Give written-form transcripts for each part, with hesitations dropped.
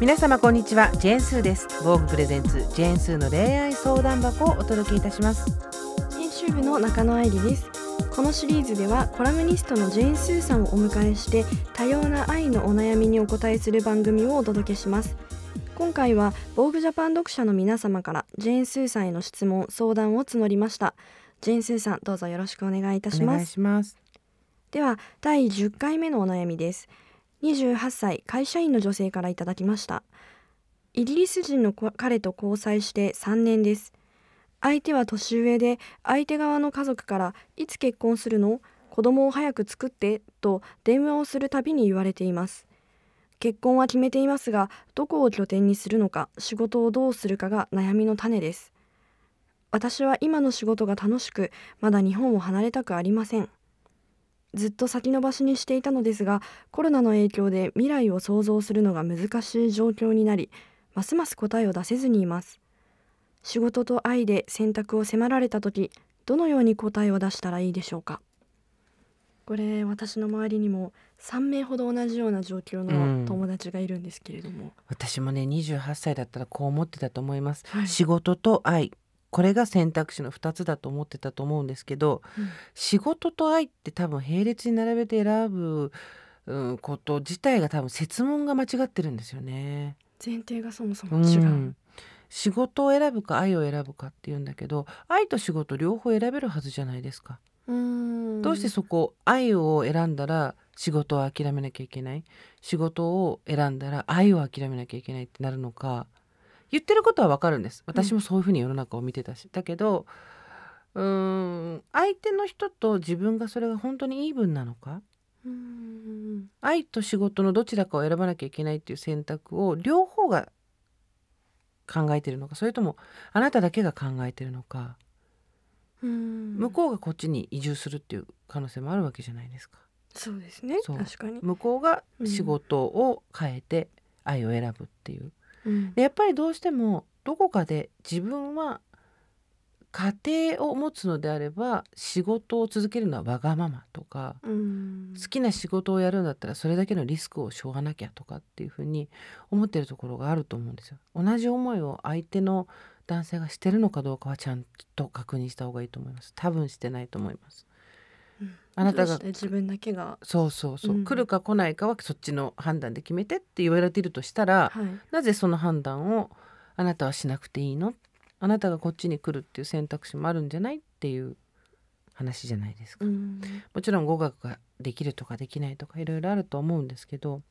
皆様こんにちは、ジェーンスーです。ボーグプレゼンツジェーンスーの恋愛相談箱をお届けいたします。 編集部の中野愛理です。このシリーズではコラムニストのジェーンスーさんをお迎えして多様な愛のお悩みにお答えする番組をお届けします。今回はボーグジャパン読者の皆様からジェーンスーさんへの質問相談を募りました。ジェーンスーさん、どうぞよろしくお願いいたしお願います。 します。 では第10回目のお悩みです。28歳会社員の女性からいただきました。イギリス人の彼と交際して3年です。相手は年上で、相手側の家族からいつ結婚するの？子供を早く作ってと電話をするたびに言われています。結婚は決めていますが、どこを拠点にするのか、仕事をどうするかが悩みの種です。私は今の仕事が楽しく、まだ日本を離れたくありません。ずっと先延ばしにしていたのですが、コロナの影響で未来を想像するのが難しい状況になり、ますます答えを出せずにいます。仕事と愛で選択を迫られたとき、どのように答えを出したらいいでしょうか。これ、私の周りにも3名ほど同じような状況の友達がいるんですけれども、 私もね、28歳だったらこう思ってたと思います、 はい、 仕事と愛、これが選択肢の2つだと思ってたと思うんですけど、仕事と愛って多分並列に並べて選ぶ、こと自体が多分設問が間違ってるんですよね。 前提がそもそも違う。 仕事を選ぶか愛を選ぶかっていうんだけど、愛と仕事両方選べるはずじゃないですか。どうしてそこ愛を選んだら仕事を諦めなきゃいけない、仕事を選んだら愛を諦めなきゃいけないってなるのか。言ってることはわかるんです。私もそういうふうに世の中を見てたし、だけど相手の人と自分がそれが本当にイーブンなのか、愛と仕事のどちらかを選ばなきゃいけないっていう選択を両方が考えてるのか、それともあなただけが考えてるのか、向こうがこっちに移住するっていう可能性もあるわけじゃないですか。 そうですね、 そう、 確かに。 向こうが仕事を変えて愛を選ぶっていう、でやっぱりどうしてもどこかで自分は家庭を持つのであれば仕事を続けるのはわがままとか、好きな仕事をやるんだったらそれだけのリスクを背負わなきゃとかっていうふうに思ってるところがあると思うんですよ。同じ思いを相手の男性がしてるのかどうかはちゃんと確認した方がいいと思います。多分してないと思います。あなたが自分だけがそう、来るか来ないかはそっちの判断で決めてって言われているとしたら、なぜその判断をあなたはしなくていいの？あなたがこっちに来るっていう選択肢もあるんじゃないっていう話じゃないですか。もちろん語学ができるとかできないとかいろいろあると思うんですけど、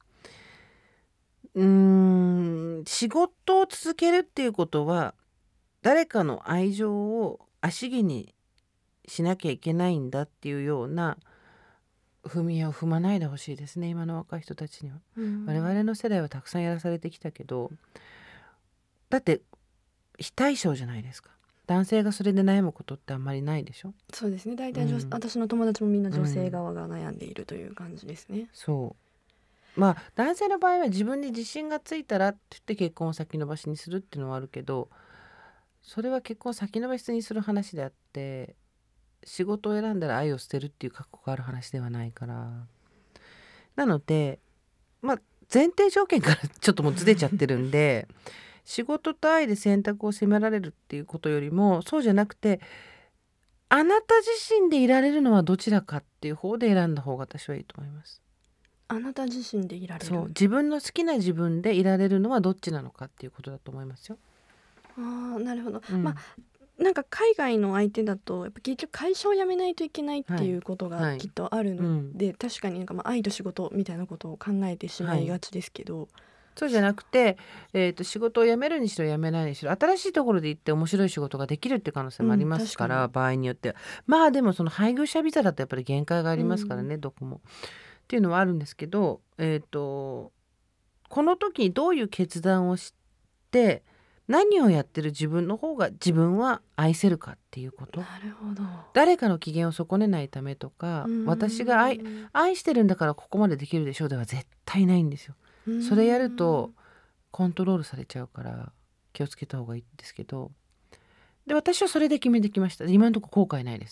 仕事を続けるっていうことは誰かの愛情を足毛にしなきゃいけないんだっていうような踏み絵を踏まないでほしいですね、今の若い人たちには。我々の世代はたくさんやらされてきたけど、だって非対称じゃないですか。男性がそれで悩むことってあんまりないでしょ。 そうですね、大体、私の友達もみんな女性側が悩んでいるという感じですね。 そうまあ男性の場合は自分に自信がついたらって言って結婚を先延ばしにするっていうのはあるけど、それは結婚を先延ばしにする話であって、仕事を選んだら愛を捨てるっていう覚悟がある話ではないから。なので前提条件からちょっともうずれちゃってるんで仕事と愛で選択を迫られるっていうことよりも、そうじゃなくてあなた自身でいられるのはどちらかっていう方で選んだ方が私はいいと思います。 あなた自身でいられる。 そう、自分の好きな自分でいられるのはどっちなのかっていうことだと思いますよ。 なるほど、なんか海外の相手だとやっぱ結局会社を辞めないといけないっていうことがきっとあるので、確かになんか愛と仕事みたいなことを考えてしまいがちですけど、 そうじゃなくて、仕事を辞めるにしろ辞めないにしろ新しいところで行って面白い仕事ができるっていう可能性もありますから、場合によってはでもその配偶者ビザだとやっぱり限界がありますからね、どこもっていうのはあるんですけど、この時にどういう決断をして何をやってる自分の方が自分は愛せるかっていうこと。 なるほど。 誰かの機嫌を損ねないためとか、私が愛してるんだからここまでできるでしょうでは絶対ないんですよ。それやるとコントロールされちゃうから気をつけた方がいいんですけど、で私はそれで決めてきました。今のところ後悔ないです。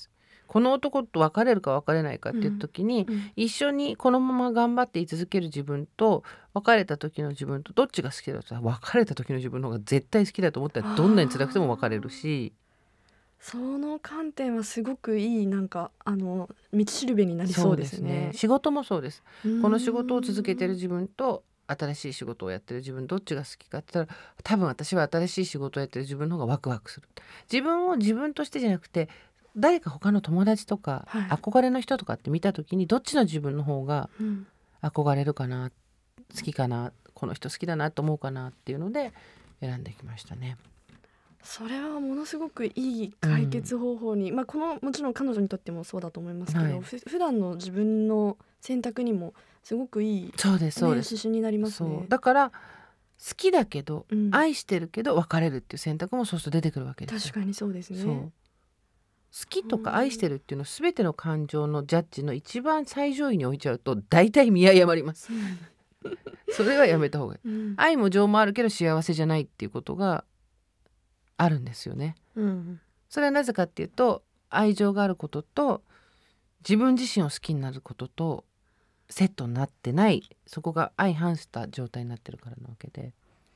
この男と別れるか別れないかっていう時に、一緒にこのまま頑張って居続ける自分と別れた時の自分とどっちが好きだと、別れた時の自分の方が絶対好きだと思ったらどんなに辛くても別れるし、 その観点はすごくいい、なんか道しるべになりそうですね。 仕事もそうです。この仕事を続けてる自分と新しい仕事をやってる自分、どっちが好きかって言ったら、多分私は新しい仕事をやってる自分の方がワクワクする。自分を自分としてじゃなくて、誰か他の友達とか、憧れの人とかって見た時にどっちの自分の方が憧れるかな、好きかな、この人好きだなと思うかなっていうので選んできましたね。 それはものすごくいい解決方法に、もちろん彼女にとってもそうだと思いますけど、普段の自分の選択にもすごくいい、 そうですそうです、 指針になりますね。 だから好きだけど、愛してるけど別れるっていう選択もそうすると出てくるわけですよ。 確かにそうですね。 好きとか愛してるっていうのを全ての感情のジャッジの一番最上位に置いちゃうと大体見誤ります、それはやめた方がいい、愛も情もあるけど幸せじゃないっていうことがあるんですよね、それはなぜかっていうと、愛情があることと自分自身を好きになることとセットになってない、そこが相反した状態になってるからなわけで、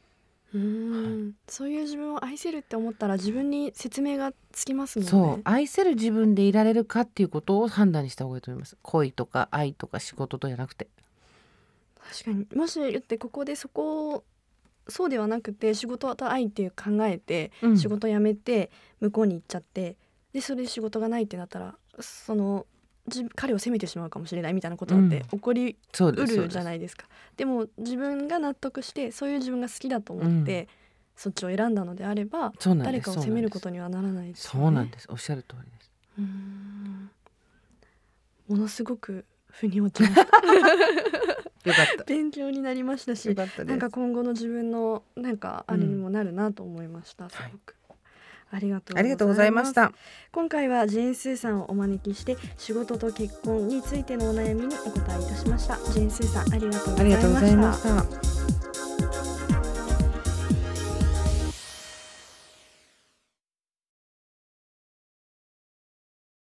そういう自分を愛せるって思ったら自分に説明がつきますもんね。 そう、愛せる自分でいられるかっていうことを判断にした方がいいと思います。恋とか愛とか仕事とじゃなくて。 確かに、もし言ってここでそうではなくて仕事と愛っていう考えて、仕事辞めて向こうに行っちゃって、でそれで仕事がないってなったら、彼を責めてしまうかもしれないみたいなことだって起こりうるじゃないですか。でも自分が納得して、そういう自分が好きだと思って、そっちを選んだのであれば、誰かを責めることにはならないですよね。 そうなんです、おっしゃる通りです。 ものすごく腑に落ちましたよかった、 勉強になりましたし、なんか今後の自分のなんかあれにもなるなと思いました、すごく。ありがとうございました。今回はジェーン・スーさんをお招きして仕事と結婚についてのお悩みにお答えいたしました。ジェーン・スーさん、ありがとうございました。